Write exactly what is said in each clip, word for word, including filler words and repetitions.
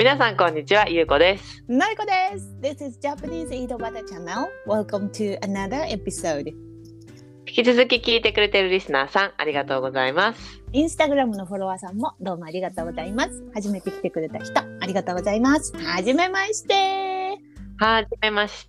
皆さんこんにちは、ゆうこです。 なりこです。This is Japanese 井戸端 Channel. Welcome to another episode. 引き続き聞いてくれているリスナーさん、ありがとうございます。 インスタグラムのフォロワーさんもどうもありがとうございます。初めて来てくれた人、ありがとうございます。はじめまして。 はじめまして。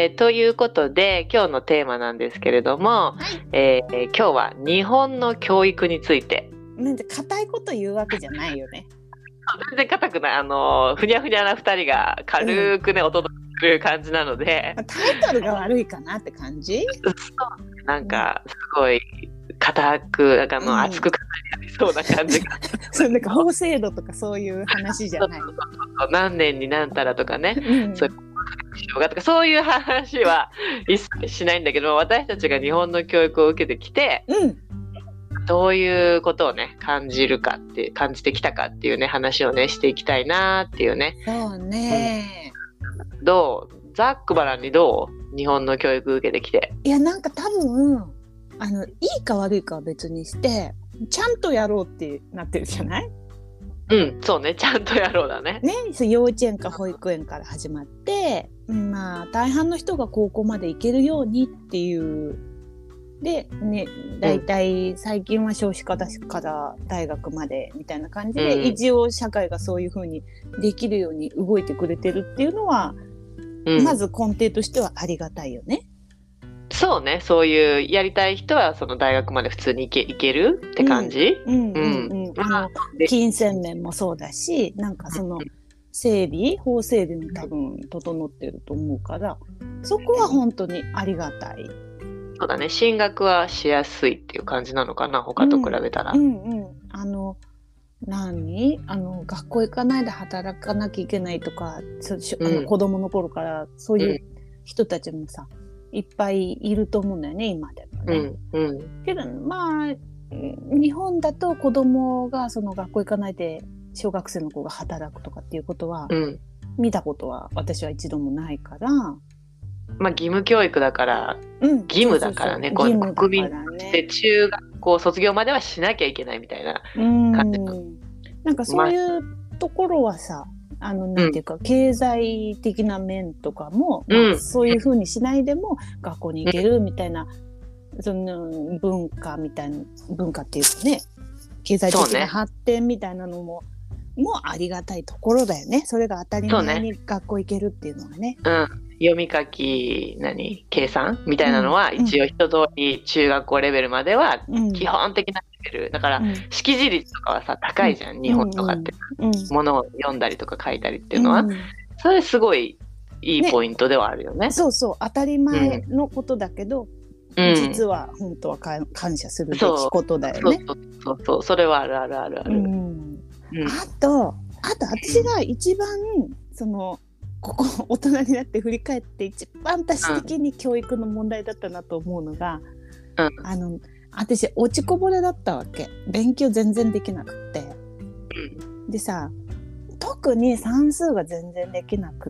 ということで、今日のテーマなんですけれども、はい、えー、今日は日本の教育について。 なんで固いこと言うわけじゃないよね。 全然硬くない、あのふにゃふにゃなふたりが軽くね、うん、お届けする感じなので、 タイトルが悪いかなって感じ。 そうなんかすごい硬くなんかの、うん、熱く語りありそうな感じがそうなんか法制度とかそういう話じゃない。 何年に何たらとかね、うん、そういうとかそういう話は一切しないんだけど、私たちが日本の教育を受けてきて、うんどういうことをね感じるかって感じてきたかっていうね話をねしていきたいなっていうね。 そうね、 うん、どうざっくばらんにどう日本の教育受けてきて。 いやなんか多分あのいいか悪いかは別にしてちゃんとやろうってなってるじゃない。 うんそうねちゃんとやろうだね。 ね幼稚園か保育園から始まってまあ大半の人が高校まで行けるようにっていうでね、だいたい最近は少子化だから大学までみたいな感じで、うん、一応社会がそういう風にできるように動いてくれてるっていうのは、うん、まず根底としてはありがたいよね。 そうねそういうやりたい人はその大学まで普通に行け、行けるって感じ。 金銭面もそうだしなんかその整備法整備も多分整ってると思うからそこは本当にありがたい。 そうだね進学はしやすいっていう感じなのかな他と比べたら。 うんうんうん、あの何あの学校行かないで働かなきゃいけないとか、うん、あの子供の頃からそういう人たちもさ、うん、いっぱいいると思うんだよね今でもね。うんうん、けどまあ日本だと子供がその学校行かないで小学生の子が働くとかっていうことは、うん、見たことは私は一度もないから。 まあ、義務教育だから、うん、義務だからね、こう国民で中学校卒業まではしなきゃいけないみたいな感じ。 うんなんかそういうところはさ、あのなんていうか、うん、経済的な面とかも、うんまあ、そういう風にしないでも学校に行けるみたいな、うん、その文化みたいな文化っていうかね経済的な発展みたいなのも、ね、もうありがたいところだよね。それが当たり前に学校行けるっていうのはね。 うん読み書き何計算みたいなのは、うん、一応一通り中学校レベルまでは基本的なレベル、うん、だから、うん、識字率とかはさ高いじゃん、うん、日本とかって、うん、ものを読んだりとか書いたりっていうのは、うん、それすごいいいポイントではあるよね。 ねそうそう当たり前のことだけど、うん、実は本当は感謝するべきことだよね。 そうそうそうそうそれはあるあるあるある、 うんうん、あとあと私が一番そのここ大人になって振り返って一番私的に教育の問題だったなと思うのが、うん、あの私落ちこぼれだったわけ。勉強全然できなくって、うん、でさ特に算数が全然できなくって、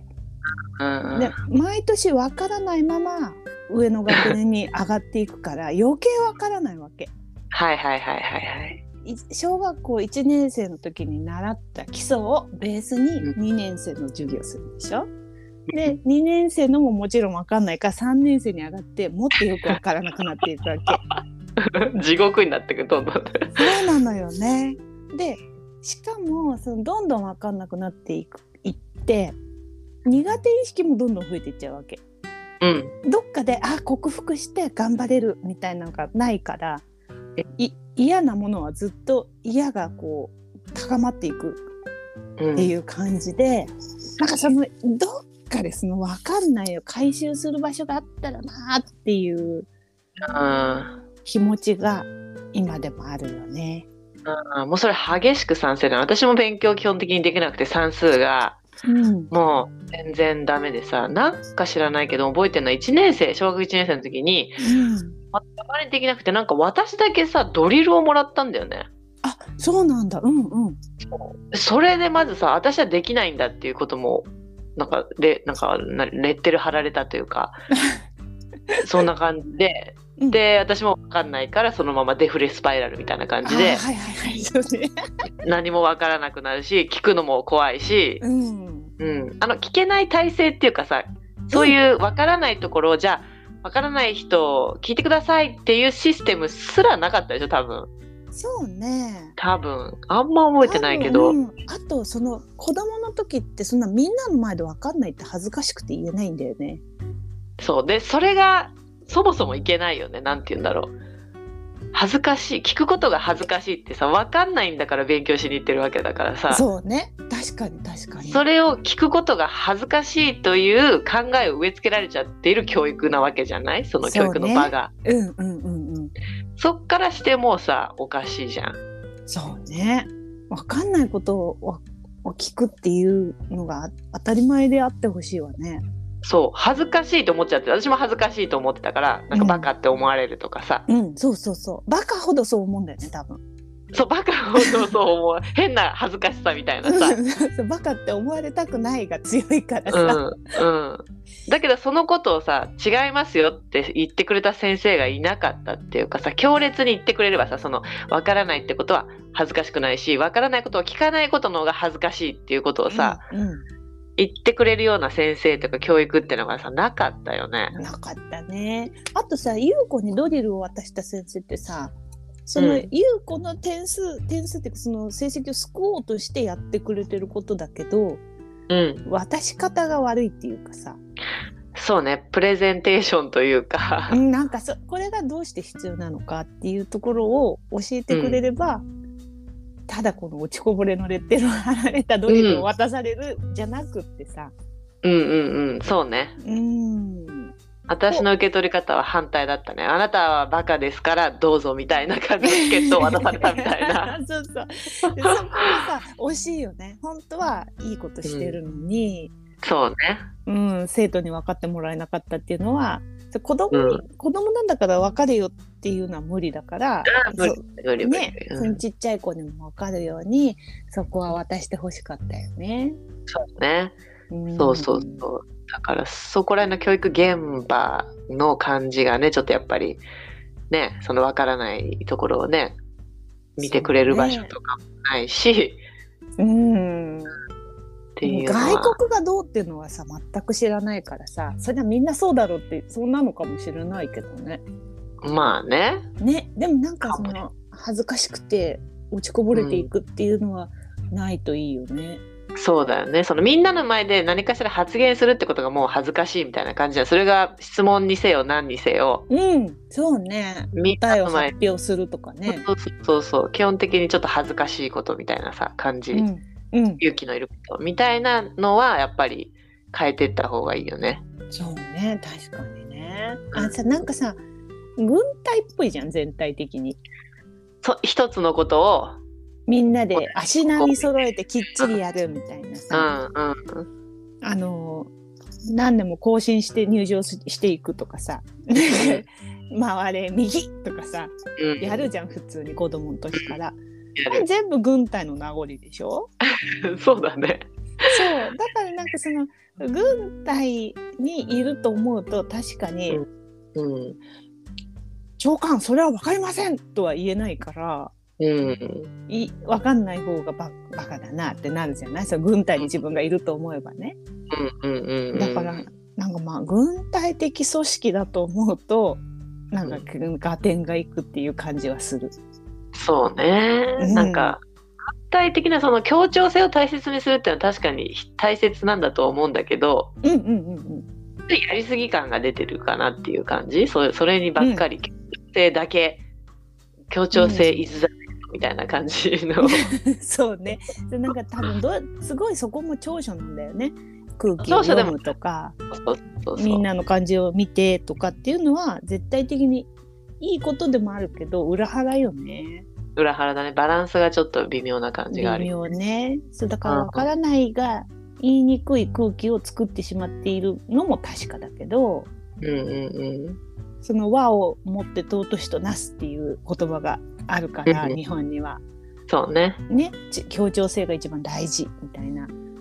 うん、で毎年わからないまま上の学年に上がっていくから余計わからないわけ。 はいはいはいはいはい小学校いちねん生の時に習った基礎をベースににねん生の授業するでしょ。でにねん生のももちろん分かんないからさんねん生に上がってもっとよく分からなくなっていくわけ地獄になってくるどんどんそうなのよね。でしかもそのどんどん分かんなくなっていくいって苦手意識もどんどん増えていっちゃうわけ、うん、どっかであ克服して頑張れるみたいなのがないからい嫌なものはずっと嫌がこう高まっていくっていう感じで、うん、なんかそのどっかでその分かんないよ回収する場所があったらなっていう気持ちが今でもあるよね。 あもうそれ激しく賛成だ。私も勉強基本的にできなくて算数が、うん、もう全然ダメでさなんか知らないけど覚えてるのはいちねん生小学いちねん生の時に、うんあまりできなくてなんか私だけさドリルをもらったんだよね。 あそうなんだうんうんそれでまずさ私はできないんだっていうこともなんかレなんかレッテル貼られたというかそんな感じでうん、で私も分かんないからそのままデフレスパイラルみたいな感じで、はいはいはい、そうね、何も分からなくなるし聞くのも怖いし、うんうん、あの聞けない体制っていうかさ、そういう分からないところを、じゃあ分からない人聞いてくださいっていうシステムすらなかったでしょ多分。 そうね、 多分あんま覚えてないけど、うん、 あとその子供の時ってそんなみんなの前で分かんないって恥ずかしくて言えないんだよね。 そうで、それがそもそもいけないよね。なんて言うんだろう、恥ずかしい、聞くことが恥ずかしいってさ、分かんないんだから勉強しに行ってるわけだからさ。 そうね、確かに確かに。 それを聞くことが恥ずかしいという考えを植え付けられちゃっている教育なわけじゃない、その教育の場が。 そうね、うんうんうんうん。 そっからしてもうさ、おかしいじゃん。 そうね、分かんないことを聞くっていうのが当たり前であってほしいわね。 そう、恥ずかしいと思っちゃって、私も恥ずかしいと思ってたから、なんかバカって思われるとかさ、 うん、うん、そうそうそう、バカほどそう思うんだよね多分。 そう、バカほどそう思う変な恥ずかしさみたいなさバカって思われたくないが強いからさ、 うんうん、だけどそのことをさ、違いますよって言ってくれた先生がいなかったっていうかさ、強烈に言ってくれればさ、その分からないってことは恥ずかしくないし、分からないことを聞かないことの方が恥ずかしいっていうことをさ、うんうん、言ってくれるような先生とか教育ってのがさ、なかったよね。 なかったね。あとさ、優子にドリルを渡した先生ってさ、その優子の点数、うん、点数っていうかその成績を救おうとしてやってくれてることだけど、うん、渡し方が悪いっていうかさ。 そうね、プレゼンテーションというか、 うん、なんかそこれがどうして必要なのかっていうところを教えてくれれば、うん、ただこの落ちこぼれのレッテルを貼られたドリルを渡される、うん、じゃなくってさ、 うんうんうん、そうね、うん、私の受け取り方は反対だったね。あなたはバカですからどうぞみたいな感じのチケットを渡されたみたいなそうそう、でそこがさ惜しいよね。本当はいいことしてるのに、 うん、そうね、 うん、生徒に分かってもらえなかったっていうのは、子供に、うん、子供なんだから分かるよっていうのは無理だから、 無理ね、 うん、そのちっちゃい子にも分かるようにそこは渡してほしかったよね。 そうね、うん、そうそうそう、だからそこら辺の教育現場の感じがね、ちょっとやっぱりね、その分からないところをね見てくれる場所とかもないし、う、ね、うんっていうのは外国がどうっていうのはさ全く知らないからさ、それはみんなそうだろうってそんなのかもしれないけどね。 まあね。 ね、でもなんかその恥ずかしくて落ちこぼれていくっていうのはないといいよね。 うん、そうだよね。そのみんなの前で何かしら発言するってことがもう恥ずかしいみたいな感じで、それが質問にせよ何にせよ。 うん、そうね。答えを発表するとかね。 そうそうそう、基本的にちょっと恥ずかしいことみたいなさ感じ。うんうん、勇気のいることみたいなのはやっぱり変えていった方がいいよね。 そうね、確かにね。あ、さ、なんかさ、軍隊っぽいじゃん全体的に。 そ一つのことをみんなで足並み揃えてきっちりやるみたいなさ、うんうんうん、あの何年も更新して入場していくとかさ回れ右とかさ、うん、やるじゃん普通に子供の時から。全部軍隊の名残でしょそうだね。 そうだからなんかその軍隊にいると思うと確かに、うんうん、長官それは分かりませんとは言えないから、うん、い分かんない方がバカだなってなるじゃない。その軍隊に自分がいると思えばね、うんうんうんうん、だからなんかまあ軍隊的組織だと思うとなんか合点がいくっていう感じはする。 そうね、うん、なんか具体的なその協調性を大切にするっていうのは確かに大切なんだと思うんだけど、うんうんうんうん、やりすぎ感が出てるかなっていう感じ。 そ, それにばっかり協調性だけ、うん、協調性イズザみたいな感じのそうね、なんか多分どすごいそこも長所なんだよね。空気を読むとかみんなの感じを見てとかっていうのは絶対的にいいことでもあるけど裏腹よね。 裏腹だね。バランスがちょっと微妙な感じがある。 微妙ね。そうだから分からないが言いにくい空気を作ってしまっているのも確かだけど、うんうんうん、その和をもって尊しとなすっていう言葉があるから、うん、日本にはそうね。 ね、協調性が一番大事みたいな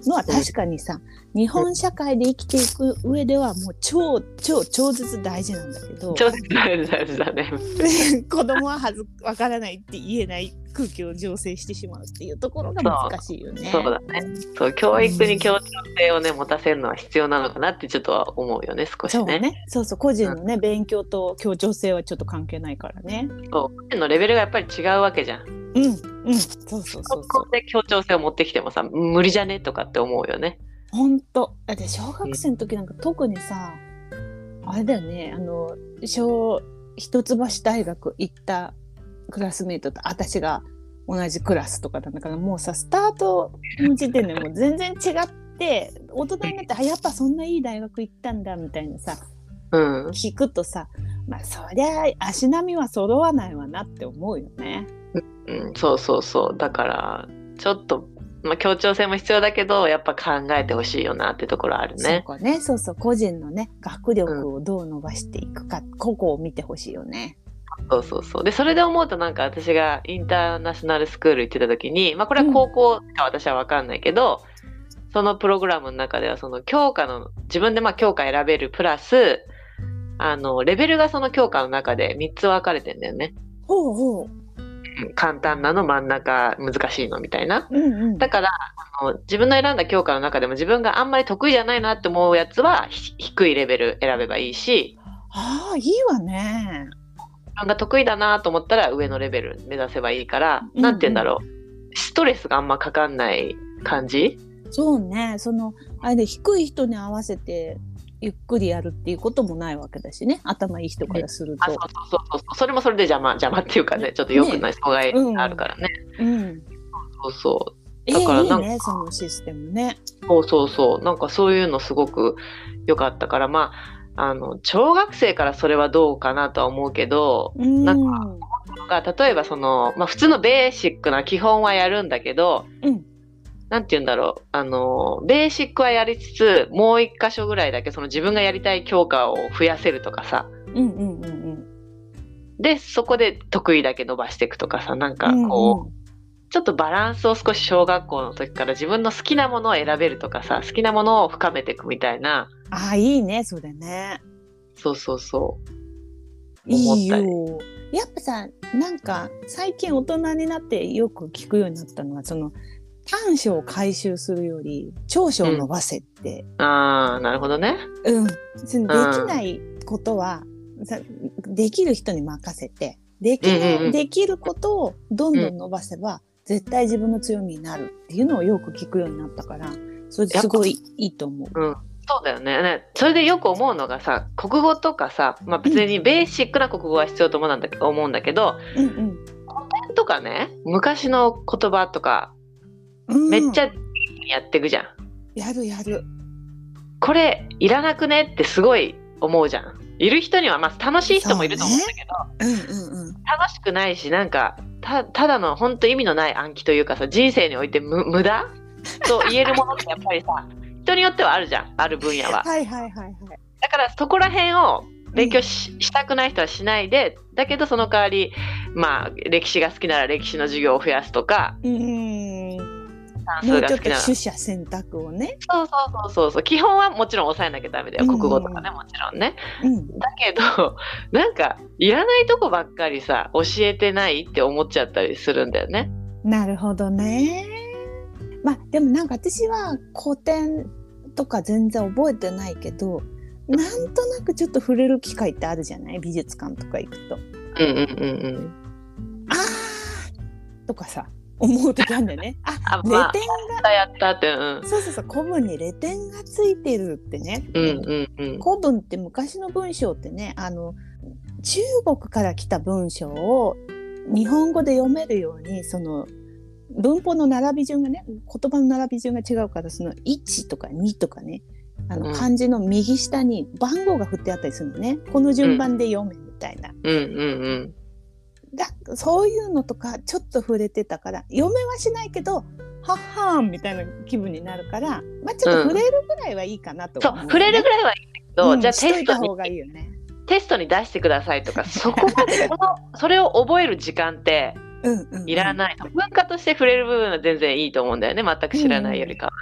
のは確かにさ、うん、日本社会で生きていく上ではもう超超超絶大事なんだけど、 超絶大事だね子供ははずわからないって言えない空気を醸成してしまうっていうところが難しいよね。 そう、そうだね。そう教育に協調性をね持たせるのは必要なのかなってちょっとは思うよね少しね。 そうね、そうそう、個人のね、うん、勉強と協調性はちょっと関係ないからね。 そう個人のレベルがやっぱり違うわけじゃん。 うんうん、そうそうそうそう。 ここで協調性を持ってきてもさ無理じゃねとかって思うよね。 ほんと。だって小学生の時なんか特にさ、うん、あれだよね、あの小一橋大学行ったクラスメートと私が同じクラスとかなんだからもうさスタートの時点でもう全然違って大人になってあやっぱそんないい大学行ったんだみたいなさ、うん、聞くとさまあそりゃ足並みは揃わないわなって思うよね。 うん、そうそうそうだからちょっと、まあ、協調性も必要だけどやっぱ考えてほしいよなってところあるね。 そうかね、そうそう個人のね学力をどう伸ばしていくか、うん、ここを見てほしいよね。 そうそうそうでそれで思うとなんか私がインターナショナルスクール行ってた時に、まあ、これは高校か私は分かんないけど、うん、そのプログラムの中ではその教科の自分でまあ教科選べるプラスあのレベルがその教科の中でみっつ分かれてんだよね。 ほうほう。 簡単なの真ん中難しいのみたいな、 うんうん、 だからあの自分の選んだ教科の中でも自分があんまり得意じゃないなって思うやつは低いレベル選べばいいし、 ああいいわね。 自分が得意だなと思ったら上のレベル目指せばいいから、うんうん、なんて言うんだろうストレスがあんまかかんない感じ。 そうね、そのあれで低い人に合わせてゆっくりやるっていうこともないわけだしね、頭いい人からすると、 ね、あそうそうそうそうそれもそれで邪魔邪魔っていうかねちょっと良くない阻害があるからね、 うんうん、 そうそうだからなんか、 えー、いいねそのシステムね。 そうそうそうなんかそういうのすごく良かったからまああの小学生からそれはどうかなとは思うけど、うん、なんか例えばその、まあ、普通のベーシックな基本はやるんだけど、うんなんて言うんだろうあのベーシックはやりつつもう一箇所ぐらいだけその自分がやりたい教科を増やせるとかさ、うんうんうんうん、でそこで得意だけ伸ばしていくとかさなんかこう、うんうん、ちょっとバランスを少し小学校の時から自分の好きなものを選べるとかさ好きなものを深めていくみたいな。 あいいねそれね。 そうそうそういいよ。やっぱさなんか最近大人になってよく聞くようになったのはその短所を回収するより長所を伸ばせって、 うん、ああなるほどね。 うんできないことは、うん、できる人に任せてできない、うんうんうん、できることをどんどん伸ばせば、うん、絶対自分の強みになるっていうのをよく聞くようになったからそれすごいいいと思う。 うんそうだよ ね, ねそれでよく思うのがさ国語とかさ、まあ、別にベーシックな国語は必要と思うんだけど、思うんだけど、うんうん、古典とかね昔の言葉とか、うん、めっちゃやってくじゃん。 やるやるこれいらなくねってすごい思うじゃん。いる人には、まあ、楽しい人もいると思うんだけど、ねうんうんうん、楽しくないしなんか た, ただの本当意味のない暗記というかさ人生において無無駄と言えるものってやっぱりさ人によってはあるじゃんある分野は。 はいはいはいはい。 だからそこら辺を勉強 し,、うん、したくない人はしないでだけどその代わりまあ歴史が好きなら歴史の授業を増やすとか、うーん算数が好きならもうちょっと取捨選択をね。 そうそうそうそうそう基本はもちろん抑えなきゃダメだよ、うん、国語とかねもちろんね、うん、だけどなんかいらないとこばっかりさ教えてないって思っちゃったりするんだよね。 なるほどね。まあでもなんか私は古典とか全然覚えてないけどなんとなくちょっと触れる機会ってあるじゃない美術館とか行くと。 うんうんうんうんあーとかさ思うときあるんだよね。あ、あレ点が、 まあ、やったって、うん、 そうそうそう古文にレ点がついてるってね、 うんうんうん、 古文って昔の文章ってねあの中国から来た文章を日本語で読めるようにその文法の並び順がね言葉の並び順が違うからそのいちとかにとかねあの漢字の右下に番号が振ってあったりするのね、うん、この順番で読めみたいな、 うんうんうんだそういうのとかちょっと触れてたから読めはしないけどはっはーんみたいな気分になるから、まあ、ちょっと触れるぐらいはいいかなと思う、ねうん、そう触れるぐらいはいいんだけど、 うん、 じゃあテストに方がいいよね。 テストに出してくださいとかそこまでこのそれを覚える時間っていらない、うんうんうん、文化として触れる部分は全然いいと思うんだよね全く知らないよりかは、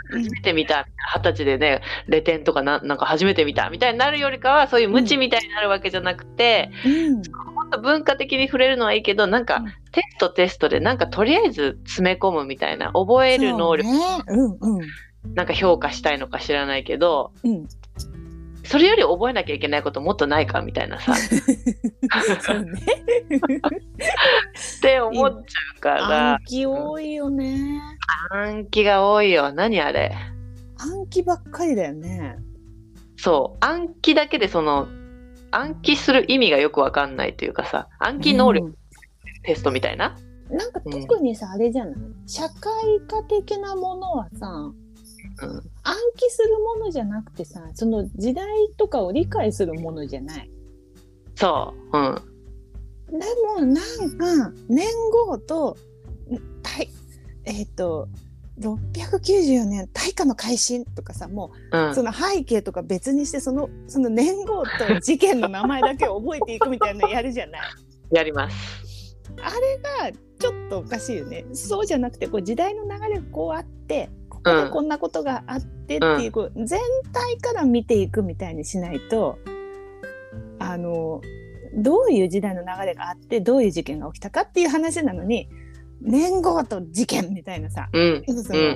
初めて見た、二十歳でねレ点とか な, なんか初めて見たみたいになるよりかはそういう無知みたいになるわけじゃなくて、うん、もっと文化的に触れるのはいいけどなんか、うん、テストテストでなんかとりあえず詰め込むみたいな覚える能力、ねうんうん、なんか評価したいのか知らないけど、うん、それより覚えなきゃいけないこともっとないかみたいなさそうねって思っちゃうから暗記多いよね。 暗記が多いよ。何あれ暗記ばっかりだよね。 そう暗記だけでその暗記する意味がよく分かんないというかさ暗記能力、うん、テストみたいななんか特にさ、うん、あれじゃない社会科的なものはさ、うん、暗記するものじゃなくてさその時代とかを理解するものじゃない。 そううんでもなんか年号とえっ、ー、とろっぴゃくきゅうじゅうよねん大化の改新とかさもう、うん、その背景とか別にしてそのその年号と事件の名前だけを覚えていくみたいなのやるじゃないやります。 あれがちょっとおかしいよね。そうじゃなくてこう時代の流れがこうあってここでこんなことがあってっていう、うん、こう全体から見ていくみたいにしないとあのどういう時代の流れがあってどういう事件が起きたかっていう話なのに年号と事件みたいなさ、うん、その、うん、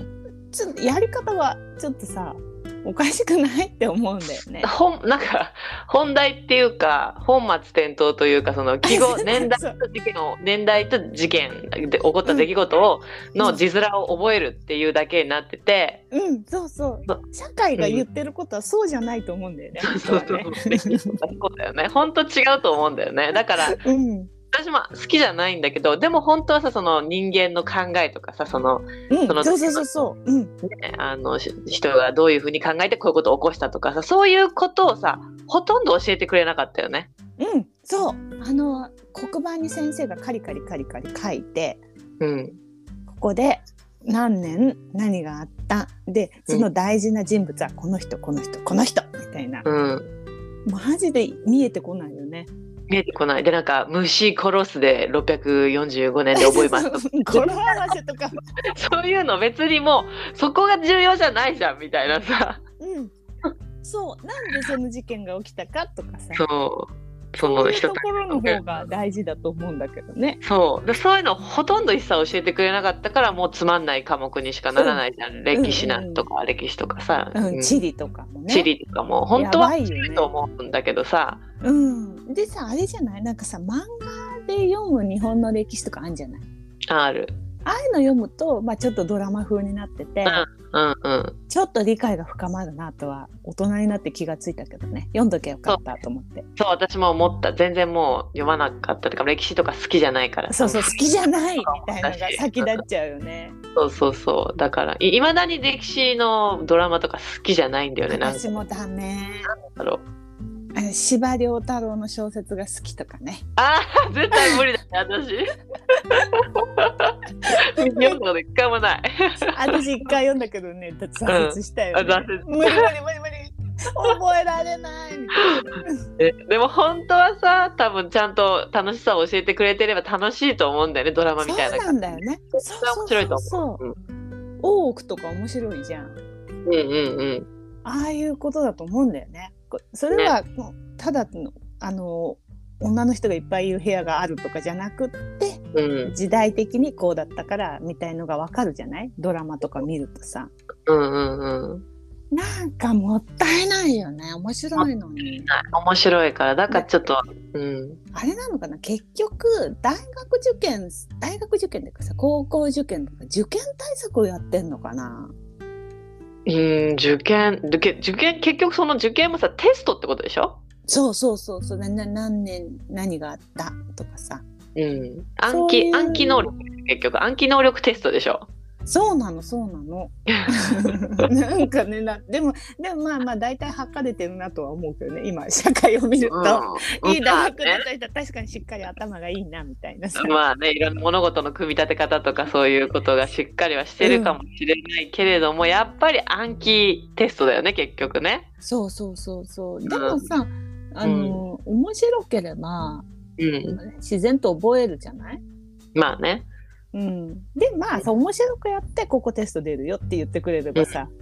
ちょっとやり方はちょっとさおかしくないって思うんだよね。 ほんなんか本題っていうか本末転倒というかその記号年代と事件を年代と事件で起こった出来事を、うん、の字面を覚えるっていうだけになってて、 うん、うん、そうそう社会が言ってることはそうじゃないと思うんだよね。 そうそうそうだよね。本当違うと思うんだよね。だから、うん私も好きじゃないんだけどでも本当はさその人間の考えとかさその、 うん、そのそうそうそうそう、うんね、あの人がどういうふうに考えてこういうことを起こしたとかさそういうことをさほとんど教えてくれなかったよね。 うんそうあの黒板に先生がカリカリカリカリ書いて、うん、ここで何年何があったでその大事な人物はこの人この人この人みたいな、うん、マジで見えてこないよね。 見えてこないでなんか虫殺すでろっぴゃくよんじゅうごねんで覚えますと語呂合わせとかそういうの別にもうそこが重要じゃないじゃんみたいなさ、 うん、そうなんでその事件が起きたかとかさそうその人ところの方が大事だと思うんだけどね。 そうでそういうのほとんど一切教えてくれなかったからもうつまんない科目にしかならないじゃん、うん、歴史なんとか、うんうん、歴史とかさ、 うん、地理とかもね地理とかも本当は面白いと思うんだけどさ、 うん、でさあれじゃないなんかさ漫画で読む日本の歴史とかあるんじゃないあるああいうの読むと、まあ、ちょっとドラマ風になってて、うんうんうん、ちょっと理解が深まるなとは大人になって気がついたけどね読んどきゃよかったと思って。 そう私も思った全然もう読まなかったとか歴史とか好きじゃないからそうそう好きじゃないみたいなのが先立っちゃうよねそうそうそうだからいまだに歴史のドラマとか好きじゃないんだよね。 私もダメなんだろう司馬遼太郎の小説が好きとかね。 ああ絶対無理だね私読んだこと一回もない私一回読んだけどね挫折したよ、ねうん、無理無理無理無理覚えられないみたいなえでも本当はさ多分ちゃんと楽しさを教えてくれてれば楽しいと思うんだよねドラマみたいな。 そうなんだよね。 それは面白いと思う。 そうそうそう、うん、大奥とか面白いじゃん。うんうんうんああいうことだと思うんだよね。それは、ね、ただのあの女の人がいっぱいいる部屋があるとかじゃなくって、うん、時代的にこうだったからみたいのがわかるじゃないドラマとか見るとさ、 うんうんうん、 なんかもったいないよね面白いのに。 面白いからだからちょっと、うん、 あれなのかな結局大学受験大学受験っていうかさ高校受験とか受験対策をやってんのかな。 うん受験受験受験結局その受験もさテストってことでしょ。 そうそうそうそうな何年何があったとかさ、 うん、暗記暗記能力結局暗記能力テストでしょ。 そうなのそうなのなんかねなでもでもまあまあ大体はかれてるなとは思うけどね今社会を見ると、うん、いい大学出た人は確かにしっかり頭がいいなみたいなさまあねいろんな物事の組み立て方とかそういうことがしっかりはしてるかもしれないけれども、うん、やっぱり暗記テストだよね結局ね。 そうそうそうそうでもさ、うん、あの、うん、面白ければ、うん、自然と覚えるじゃない。 まあねうん、でまあさ面白くやってここテスト出るよって言ってくれればさ、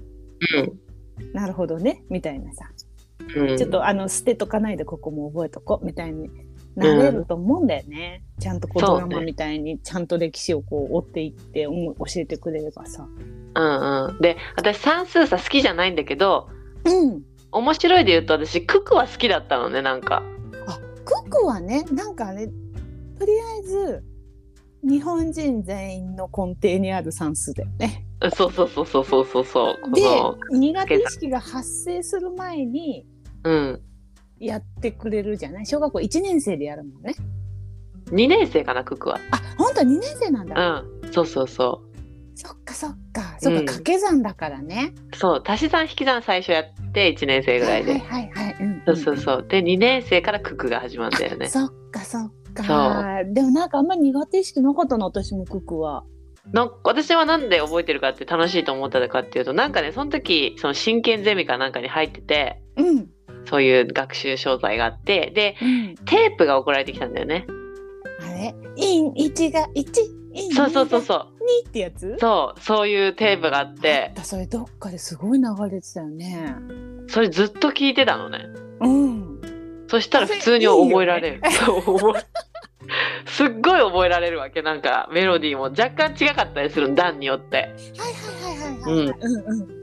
うん、 なるほどねみたいなさ、 うん、 ちょっとあの捨てとかないでここも覚えとこみたいになれると思うんだよね、うん、ちゃんとこうドラマみたいにちゃんと歴史をこう追っていって教えてくれればさ。 うんうん。で私算数さ好きじゃないんだけど、 うん、 面白いで言うと私九九は好きだったのね。なんかあ九九はねなんかねとりあえず日本人全員の根底にある算数だよね。 そうそうそうそうそうそうそう。 で苦手意識が発生する前にやってくれるじゃない。小学校いちねん生でやるもんね。 にねん生かな九九は。 あ本当にねん生なんだ。 うんそうそうそう。 そっかそっかそっか、うん、掛け算だからね。 そう足し算引き算最初やっていちねん生ぐらいで、 はいはいはい、はい、うん、 そうそうそう。でにねん生から九九が始まるんだよね。 そっかそっか。でもなんかあんまり苦手意識なかったの私も九九は。 なんか私はなんで覚えてるかって楽しいと思ったかっていうとなんかねその時その真剣ゼミかなんかに入ってて、 うん、そういう学習商材があってで、うん、テープが送られてきたんだよね。 あれインいちがいちそうそうそうそうにってやつ。 そうそういうテープがあってそれどっかですごい流れてたよね。 それずっと聞いてたのね。 うんそしたら普通に覚えられる。いい、ね、そうすっごい覚えられるわけ。なんかメロディーも若干違かったりする段によって。はいはいはいはいはい、うんうんうん、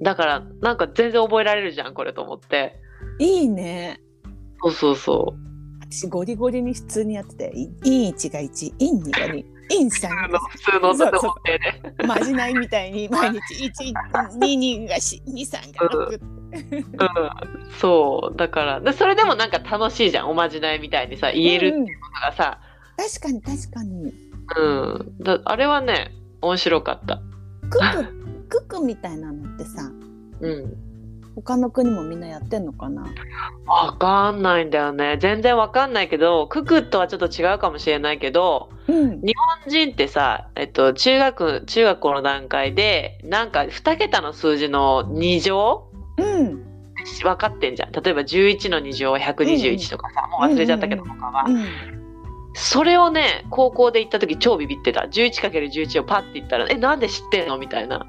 だからなんか全然覚えられるじゃんこれと思って。 いいね。 そうそうそう。 私ゴリゴリに普通にやっててインいちがいちインにがにインさんが普通の音で思ってね。 まじないみたいに毎日いちににがにさんがろく、 うんうん、そうだからでそれでもなんか楽しいじゃんおまじないみたいにさ言えるっていうことがさ、 うんうん、確かに確かに、 うん、だあれはね面白かった。 ククククみたいなのってさ、 うん、 他の国もみんなやってんのかな。 わかんないんだよね。全然わかんないけどククとはちょっと違うかもしれないけど、うん、日本人ってさ、えっと、中学中学校の段階でなんかに桁の数字のに乗、うん、分かってんじゃん。例えばじゅういちのに乗はひゃくにじゅういちとかさ、うん、もう忘れちゃったけど、うんうん、他は、うん、それをね高校で行った時超ビビってた。 じゅういちかけるじゅういち をパッて言ったらえなんで知ってんのみたいな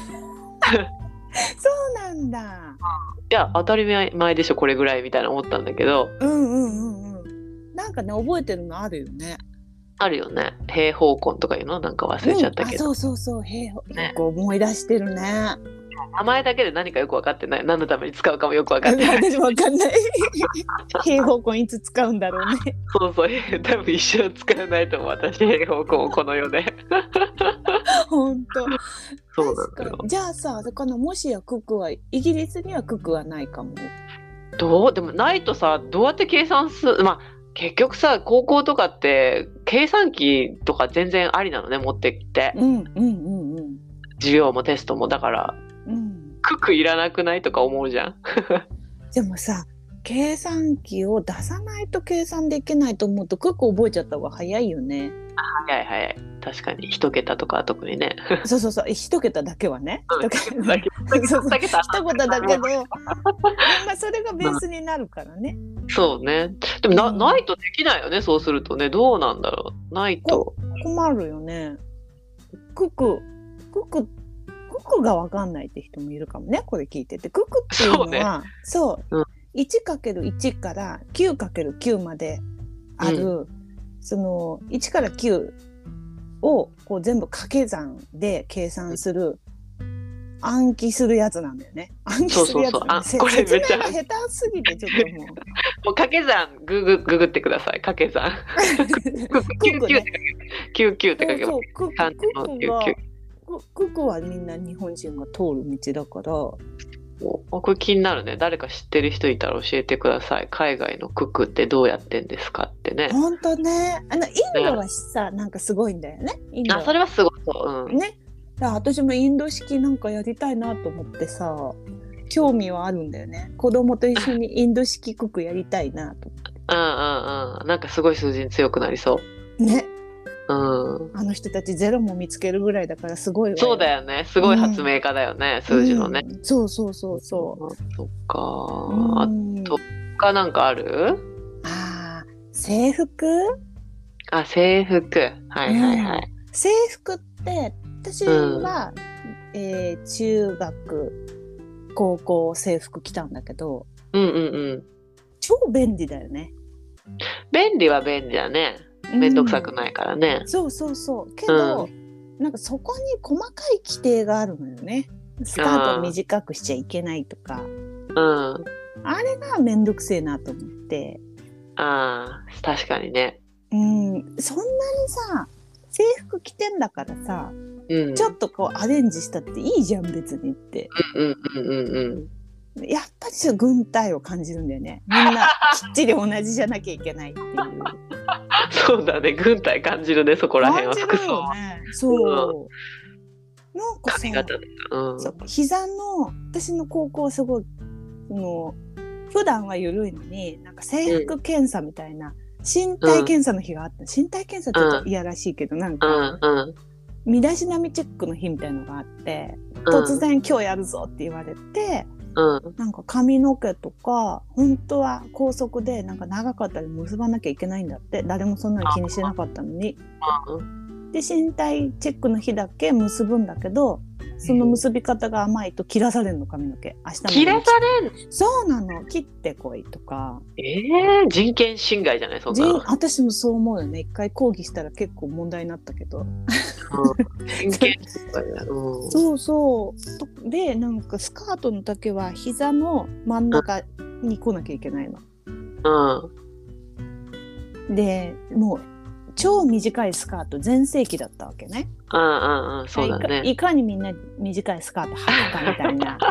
そうなんだ。 いや当たり前でしょこれぐらいみたいな思ったんだけど、 うんうんうんうん、なんかね覚えてるのあるよね。 あるよね。平方根とかいうのなんか忘れちゃったけど、 うん、そうそうそう平方根、ね、思い出してるね。 名前だけで何かよく分かってない。何のために使うかもよく分かってない。 私も分かんない平方根いつ使うんだろうね。 そうそう多分一生使わないと思う私平方根をこの世で本当そうなんだよ。 じゃあさこのもしやククはイギリスにはククはないかも。 どうでもないとさどうやって計算する。まあ結局さ高校とかって計算機とか全然ありなのね持ってきて、 うんうんうんうん、 授業もテストもだから、うん、ククいらなくないとか思うじゃんでもさ計算機を出さないと計算できないと思うとクク覚えちゃった方が早いよね。 早い早い確かに一桁とか特にねそうそうそう一桁だけはね一桁だけ一桁だけどまあそれがベースになるからね、 うん、そうね。でも な,、うん、ないとできないよね。そうするとねどうなんだろう。ないと困るよね。ククククククが分かんないって人もいるかもねこれ聞いてて。ククっていうのはそう、ね、そう、うん、いちかけるいち から きゅうかけるきゅう まである、うん、そのいちからきゅうをこう全部掛け算で計算する暗記するやつなんだよね。暗記するやつなんで、これめっちゃ下手すぎてちょっともうもう掛け算ググググってください。掛け算きゅうきゅうってきゅうきゅうって書けばそうそうククククはみんな日本人が通る道だから。 これ気になるね。誰か知ってる人いたら教えてください。海外のククってどうやってんですかってね。 ほんとね。あのインドはさ、ね、なんかすごいんだよね。インドあそれはすごそう、うん、 ね。だから私もインド式なんかやりたいなと思ってさ興味はあるんだよね。子供と一緒にインド式ククやりたいなと思ってうんうんうんなんかすごい数字に強くなりそうね。 うん、 あの人たちゼロも見つけるぐらいだからすごいわよ。 そうだよね。すごい発明家だよね、うん、数字のね、 うん、そうそうそうそう、 うん、そっか、うん、あと他なんかある？ あ制服あ制服はいはいはい、 うん、制服って私はえー、中学高校制服着たんだけど、 うんうんうん、 超便利だよね。 便利は便利だね。めんどくさくないからね、 うん、そうそうそうけど、うん、なんかそこに細かい規定があるのよね。スカートを短くしちゃいけないとか、うん、あれがめんどくせえなと思って。 あー確かにね、 うん、そんなにさ制服着てんだからさ、うん、ちょっとこうアレンジしたっていいじゃん別にって、うんうんうんうんうん、やっぱり軍隊を感じるんだよね。みんなきっちり同じじゃなきゃいけないっていうそうだね、軍隊感じるね、そこら辺は服装は、 ね、そう、うん、なんかさ髪型とか、うん、 そう膝の私の高校はすごいの普段は緩いのになんか制服検査みたいな、うん、身体検査の日があった、うん、身体検査って言うといやらしいけど、うん、なんか、うんうん身だしなみチェックの日みたいのがあって、うん、突然今日やるぞって言われて、うん、なんか髪の毛とか本当は高速でなんか長かったり結ばなきゃいけないんだって。誰もそんなの気にしてなかったのに、うん、で身体チェックの日だけ結ぶんだけどその結び方が甘いと切らされるの髪の毛。明日切らされる？ そうなの、切ってこいとか。 えー、人権侵害じゃないそんなの。 私もそう思うよね。一回抗議したら結構問題になったけど、うん、 人権侵害だ、うん、 そうそうでなんかスカートの丈は膝の真ん中に来なきゃいけないの、うん、でもう超短いスカート全盛期だったわけね。 うんうんうん、そうだね。 いか、いかにみんな短いスカート履くかみたいな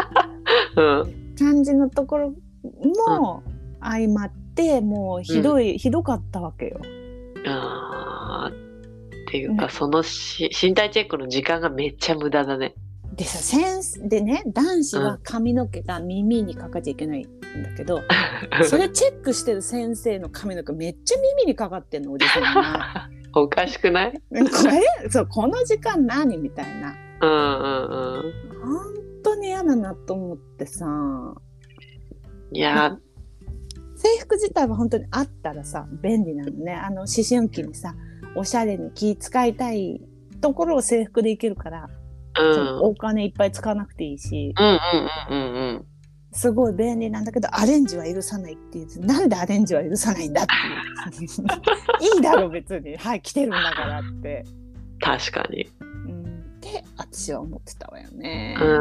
感じのところも相まって、うん、もうひどい、うん、ひどかったわけよ。 あっていうか、ね、そのし身体チェックの時間がめっちゃ無駄だね。 でさ、センスでね、男子は髪の毛が耳にかかっちゃいけないんだけど、うん、それチェックしてる先生の髪の毛めっちゃ耳にかかってんのおじさんがおかしくない？これそうこの時間何みたいな。 うんうんうん。 本当に嫌だなと思ってさ。 いや制服自体は本当にあったらさ便利なのね。あの思春期にさおしゃれに気使いたいところを制服で行けるから、うん、お金いっぱい使わなくていいし、うんうんうんうん、すごい便利なんだけどアレンジは許さないっていう。なんでアレンジは許さないんだっていういいだろ別に、はい着てるんだからって。 確かに、 うん、って私は思ってたわよね、 うん、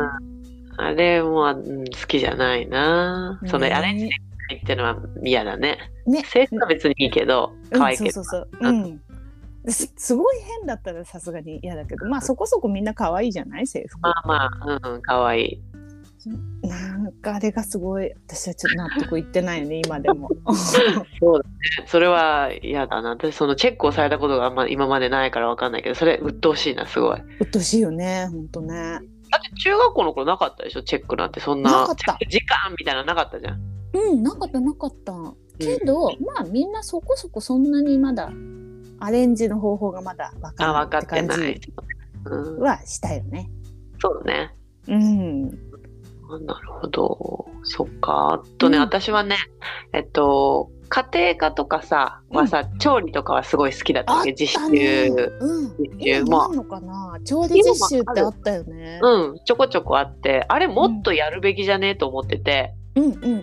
あれも、うん、好きじゃないな、ね、そのアレンジでないっていうのは嫌だね。ね、制服は別にいいけど、可愛いけど、うん、そうそうそう、うんす, すごい変だったらさすがに嫌だけど、まあそこそこみんな可愛いじゃない制服。 まあまあ、うん、可愛い。 なんかあれがすごい私はちょっと納得いってないよね今でも。 そうだね、それは嫌だな。私そのチェックをされたことがあんま今までないから分かんないけど、それ鬱陶しいな、すごい。 鬱陶しいよね、ほんとね。 だって中学校の頃なかったでしょ、チェックなんて。そんななかった時間みたいなのなかったじゃん。 うんなかったなかったけど、うん、まあみんなそこそこそんなにまだアレンジの方法がまだ分からないって感じはしたよね。 そうね。 うん。 なるほど。そっか。あとね、うん、私はね、えっと家庭科とかさ、うん、はさ調理とかはすごい好きだったわけ。実習、 うん、実習もあるのかな。調理実習ってあったよね。 うん、ちょこちょこあって、あれもっとやるべきじゃねえと思ってて。うんうんうんうん。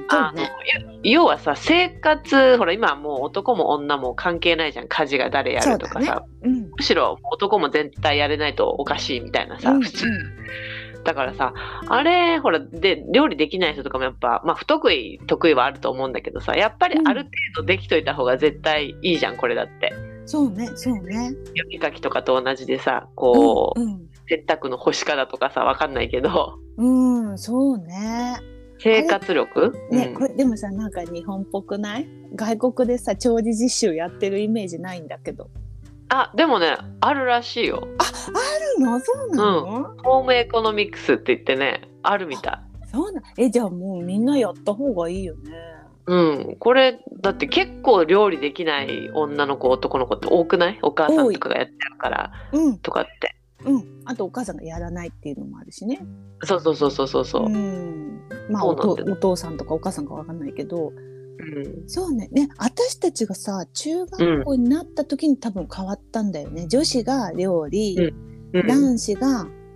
あの要はさ生活ほら今はもう男も女も関係ないじゃん。家事が誰やるとかさ、ねうん、むしろ男も全体やれないとおかしいみたいなさ、うん、普通、うん、だからさあれほらで料理できない人とかもやっぱまあ不得意得意はあると思うんだけどさ、やっぱりある程度できといた方が絶対いいじゃんこれだって。 そうねそうね。 読み書きとかと同じでさこう、うんうん、洗濯の干し方とかさわかんないけどうんそうね。 生活力ね、うん、これでもさなんか日本っぽくない？外国でさ調理実習やってるイメージないんだけど。 あでもねあるらしいよ。 ああるの？そうなの？ うん、ホームエコノミクスって言ってねあるみたい。 そうなえじゃあもうみんなやった方がいいよね。 うんこれだって結構料理できない女の子男の子って多くない？お母さんとかがやってるから、うん、とかって。うん、 あとお母さんがやらないっていうのもあるしね。 そうそうそうそうそうそう。 うんまあおとお父さんとかお母さんかわかんないけど、うん、そうねね私たちがさ中学校になった時に多分変わったんだよね、うん、女子が料理、うんうん、男子が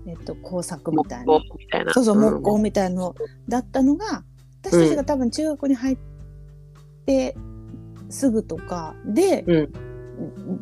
えっと、工作みたいな、 木工みたいな、 そうそう木工みたいなのだったのが、うん、私たちが多分中学に入ってすぐとかで、うん、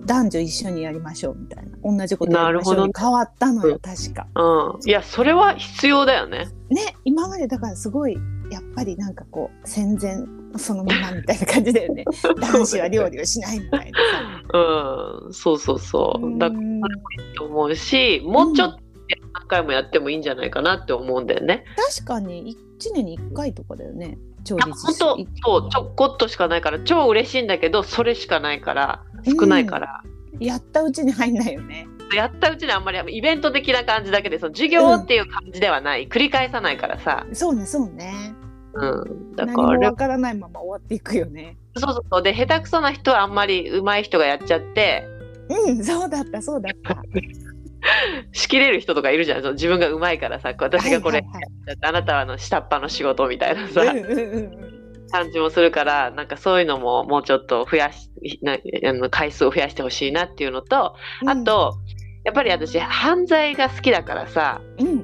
男女一緒にやりましょうみたいな、同じことやりましょうに変わったのよ、確か、 うん、いやそれは必要だよね。 ね、今までだからすごいやっぱりなんかこう戦前そのままみたいな感じだよね男子は料理をしないみたいなさうん、そうそうそうだからそれもいいと思うし、もうちょっと何回もやってもいいんじゃないかなって思うんだよね、 うん、確かにいちねんにいっかいとかだよね、調理実習。 本当そうちょこっとしかないから超嬉しいんだけど、それしかないから少ないから、 うん、やったうちに入んないよね。 やったうちにあんまりイベント的な感じだけで、その授業っていう感じではない、うん、繰り返さないからさ。 そうねそうね、 うん、だから何もわからないまま終わっていくよね。 そうそうそうで、下手くそな人はあんまり上手い人がやっちゃって、 うんそうだったそうだった仕切れる人とかいるじゃん、その自分が上手いからさ、私がこれ、はいはいはい、あなたはあの下っ端の仕事みたいなさ、うんうんうん感じもするから、なんかそういうのももうちょっと増やしなあの回数を増やしてほしいなっていうのと、うん、あとやっぱり私犯罪が好きだからさ、うんうんうん、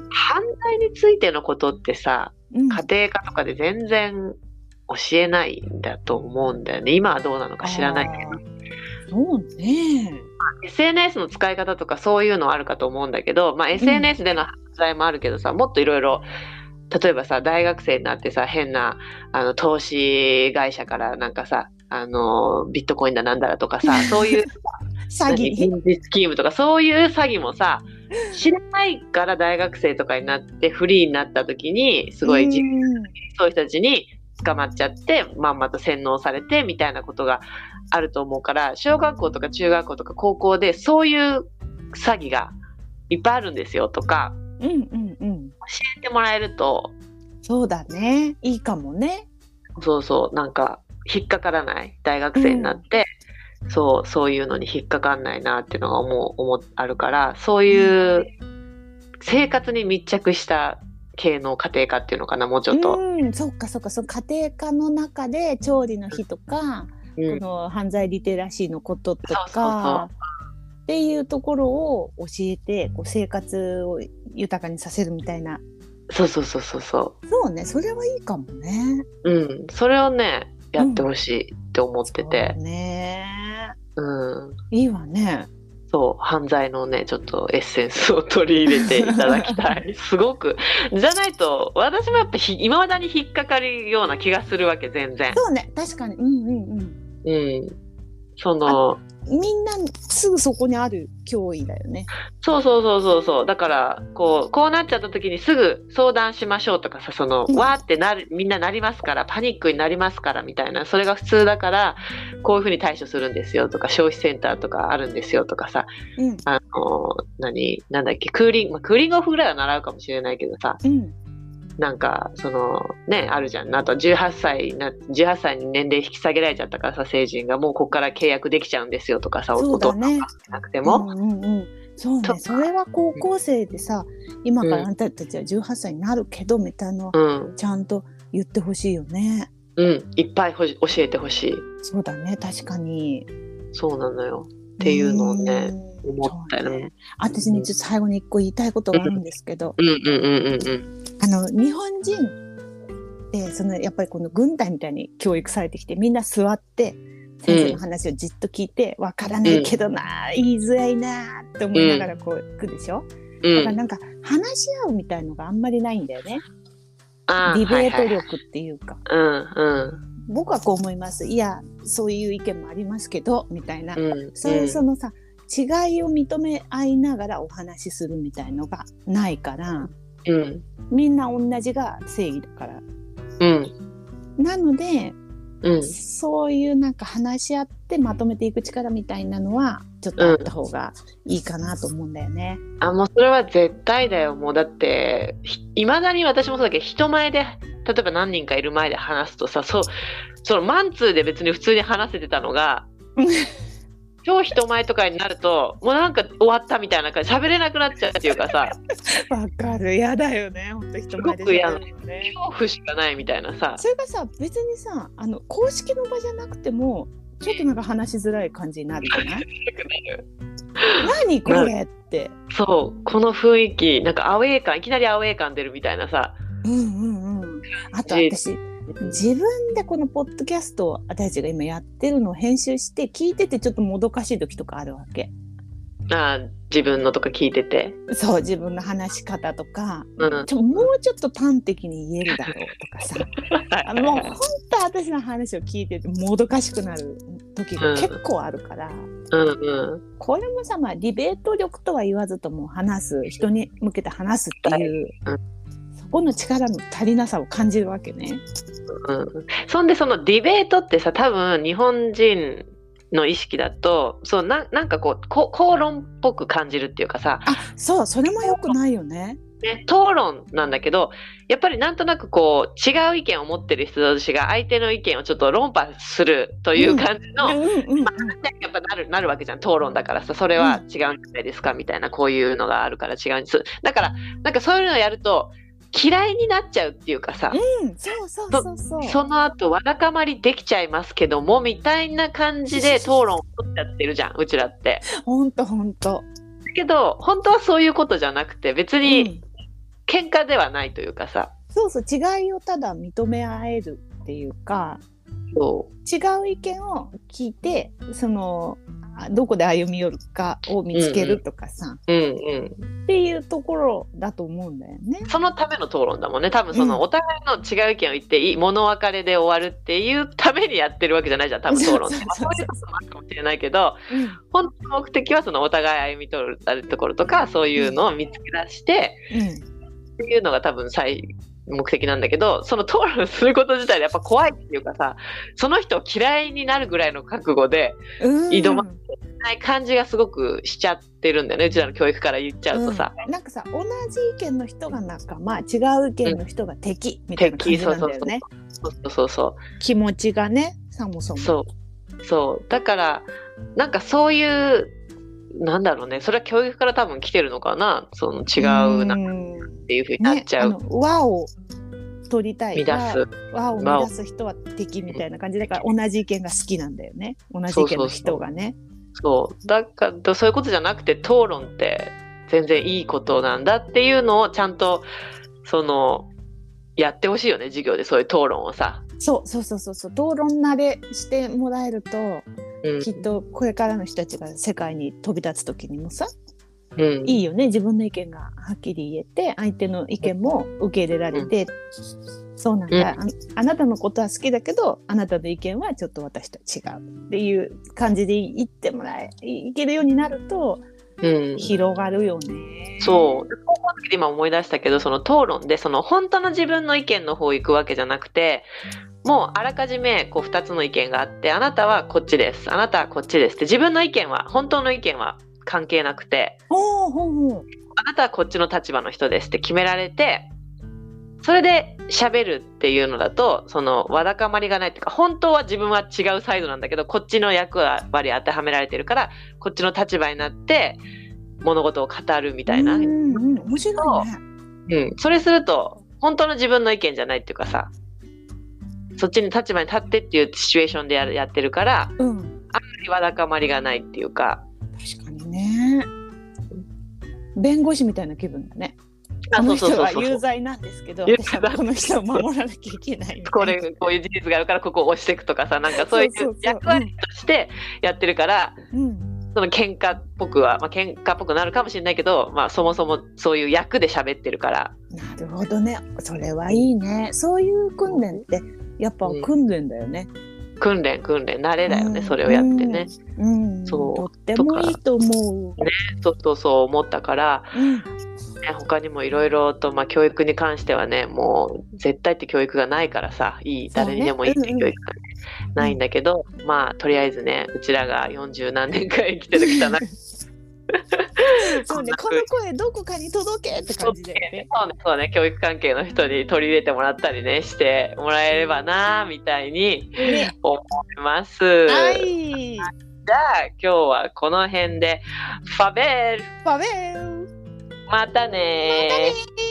犯罪についてのことってさ、うん、家庭科とかで全然教えないんだと思うんだよね。今はどうなのか知らないけど。そうね。 エスエヌエス の使い方とかそういうのはあるかと思うんだけど、まあ、エスエヌエス での犯罪もあるけどさ、うん、もっといろいろ例えばさ、大学生になってさ、変なあの投資会社からなんかさ、あのビットコインだなんだらとかさ、そういう詐欺人事スキームとかそういう詐欺もさ、知らないから大学生とかになってフリーになった時にすごい自分そういう人たちに捕まっちゃってまんまと洗脳されてみたいなことがあると思うから、小学校とか中学校とか高校でそういう詐欺がいっぱいあるんですよとか、うんうんうん、教えてもらえると。 そうだね、いいかもね。 そうそう、なんか引っかからない、大学生になって、うん、そうそういうのに引っかかんないなっていうのが思う思あるから、そういう生活に密着した系の家庭科っていうのかな、もうちょっと。 うん、そっかそっか、その家庭科の中で調理の日とか、うん、この犯罪リテラシーのこととか、そうそうそうっていうところを教えて、こう生活を豊かにさせるみたいな。 そうそうそうそうそう。 そうね、それはいいかもね。 うん、それをねやってほしいって思ってて。 うん、そうね。 うん。 いいわね。 そう、犯罪のねちょっとエッセンスを取り入れていただきたい。すごくじゃないと私もやっぱいまだに引っかかるような気がするわけ、全然。 そうね、確かに。うんうんうん。 うん。そのみんなすぐそこにある脅威だよね。 そうそうそうそうそう。だからこうこうなっちゃった時にすぐ相談しましょうとかさ、その、うん、わーってなるみんななりますから、パニックになりますからみたいな、それが普通だからこういうふうに対処するんですよとか、消費センターとかあるんですよとかさ、うん、あの何なんだっけクーリング、まあ、クーリングオフぐらいは習うかもしれないけどさ。うん、なんかそのねあるじゃん。あとじゅうはっさいなじゅうはっさいに年齢引き下げられちゃったからさ、成人がもうここから契約できちゃうんですよとかさ、 そうだね、 なくても、 うんうんうん、そうね、それは高校生でさ、今からあんたたちはじゅうはっさいになるけど、みたいなのちゃんと言ってほしいよね。 うん、いっぱいほし教えてほしい。 そうだね、確かにそうなのよっていうのをね思ったよね。 私ね、ちょっと最後に一個言いたいことがあるんですけど、 うんうんうんうんうん。 あの日本人ってそのやっぱりこの軍隊みたいに教育されてきて、みんな座って先生の話をじっと聞いて、わ、うん、からないけどな、言いづらいなって思いながらこう行くでしょ、うん、だからなんか話し合うみたいのがあんまりないんだよね、ディベート力っていうか、はいはい、うんうん、僕はこう思います。いやそういう意見もありますけどみたいな、うん、そういうそのさ、違いを認め合いながらお話しするみたいのがないから、うん、みんな同じが正義だから、うん、なので、うん、そういうなんか話し合ってまとめていく力みたいなのはちょっとあった方がいいかなと思うんだよね、 うん、あもうそれは絶対だよ。もうだっていまだに私もそうだけど、人前で例えば何人かいる前で話すとさ、そうそのマンツーで別に普通に話せてたのが超人前とかになるともうなんか終わったみたいな感じ、喋れなくなっちゃうっていうかさ、 わかる、嫌だよね、本当人前で喋るのね。 すごく嫌な、恐怖しかないみたいなさ。 それがさ、別にさ、あの公式の場じゃなくてもちょっとなんか話しづらい感じになるじゃない何これって。 そうこの雰囲気なんかアウェー感いきなりアウェー感出るみたいなさ。 うんうんうん。あと私自分でこのポッドキャストを私たちが今やってるのを編集して聞いててちょっともどかしい時とかあるわけ。 あ自分のとか聞いててそう自分の話し方とか、 うん、 ちょもうちょっと端的に言えるだろうとかさあのもう本当私の話を聞いててもどかしくなる時が結構あるから、 うんうんうん、 これもさ、まあ、ディベート力とは言わずとも話す人に向けて話すっていう、うん、そこの力の足りなさを感じるわけね、 うん、そんでそのディベートってさ多分日本人の意識だとそう な, なんかこうこ口論っぽく感じるっていうかさあそうそれも良くないよね。 ね、討論なんだけどやっぱりなんとなくこう違う意見を持ってる人同士が相手の意見をちょっと論破するという感じの、うんうんうんうんまあ、やっぱなる、なるわけじゃん討論だからさそれは違うんじゃないですかみたいなこういうのがあるから違うんですだからなんかそういうのをやると嫌いになっちゃうっていうかさ、 うん、そうそうそうそうそ, その後わだかまりできちゃいますけどもみたいな感じで討論を取っちゃってるじゃんうちらってほんとほんとだけど本当はそういうことじゃなくて別に喧嘩ではないというかさ、 うん、そうそう違いをただ認め合えるっていうかそう違う意見を聞いてそのどこで歩み寄るかを見つけるとかさ、うんうんうん、っていうところだと思うんだよね。 そのための討論だもんね多分そのお互いの違う意見を言っていい、うん、物別れで終わるっていうためにやってるわけじゃないじゃん多分討論ってそういうこともあるかもしれないけど、うん、本当の目的はそのお互い歩み取るところとかそういうのを見つけ出して、うん、っていうのが多分最目的なんだけどその討論すること自体でやっぱ怖いっていうかさその人を嫌いになるぐらいの覚悟で挑まない感じがすごくしちゃってるんだよねうちらの教育から言っちゃうとさ、 うん、なんかさ同じ意見の人が仲間違う意見の人が敵、うん、みたいな感じなんだよね。 そうそうそうそう気持ちがねそもそもそうそうだからなんかそういうなんだろうねそれは教育から多分来てるのかなその違うなっていう風になっちゃう、ね、 あの和を取りたい乱す和を乱す人は敵みたいな感じだから同じ意見が好きなんだよね同じ意見の人がねそうだからそういうことじゃなくて討論って全然いいことなんだっていうのをちゃんとそのやってほしいよね授業でそういう討論をさそうそうそうそうそう討論慣れしてもらえると、うん、きっとこれからの人たちが世界に飛び立つ時にもさ、うん、いいよね自分の意見がはっきり言えて相手の意見も受け入れられて、うん、そうなんだ、うん、あ, あなたのことは好きだけどあなたの意見はちょっと私と違うっていう感じで言ってもらえいけるようになると、うん、広がるよね。 そう高校の時で今思い出したけどその討論でその本当の自分の意見の方行くわけじゃなくてもうあらかじめこうふたつの意見があってあなたはこっちですあなたはこっちですって自分の意見は本当の意見は関係なくてほうほうほうあなたはこっちの立場の人ですって決められてそれで喋るっていうのだとそのわだかまりがないっていうか本当は自分は違うサイドなんだけどこっちの役割当てはめられてるからこっちの立場になって物事を語るみたいなうん、 うん、面白いね、 うん、それすると本当の自分の意見じゃないっていうかさそっちに立場に立ってっていうシチュエーションで や, やってるから、うん、あんまりわだかまりがないっていうか確かにね弁護士みたいな気分だねこの人は有罪なんですけど私はこの人を守らなきゃいけないみたいなこれこういう事実があるからここを押していくとかさなんかそういう役割としてやってるから、うん、その喧嘩っぽくは、まあ、喧嘩っぽくなるかもしれないけど、まあ、そもそもそういう役で喋ってるからなるほどねそれはいいねそういう訓練ってやっぱ訓練だよね、 うん、訓練訓練慣れだよね、うん、それをやってね、 うんうん、そうとってもいいと思うねそうそうそう思ったから、うんね、他にもいろいろと、まあ、教育に関してはねもう絶対って教育がないからさいい、誰にでもいいって教育が、ねうんうん、ないんだけど、まあとりあえずねうちらがよんじゅうなんねんかん生きてる汚いそうね、この声どこかに届けって感じで、ね、 そうね、そうね、教育関係の人に取り入れてもらったりねしてもらえればなみたいに思います、ね、 はい。 じゃあ今日はこの辺でファベルファベルまたねまたね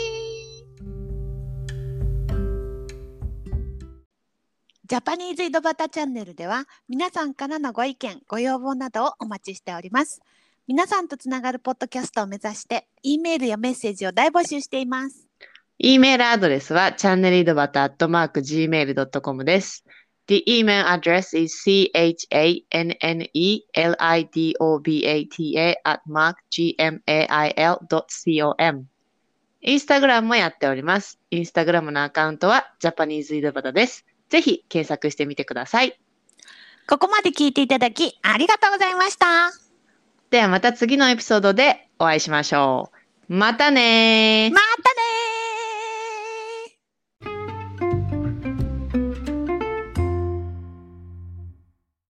ジャパニーズ井戸端チャンネルでは皆さんからのご意見ご要望などをお待ちしております。 皆さんとつながるポッドキャストを目指して、Eメールやメッセージを大募集しています。 Eメールアドレスは チャンネルイドバタ アットマークジーメールドットコム です。The email address is chanelidobata at mark gmail.com。インスタグラムもやっております。インスタグラムのアカウントはジャパニーズイドバタです。ぜひ検索してみてください。 ここまで聞いていただきありがとうございました。 ではまた次のエピソードでお会いしましょう。またねー。 また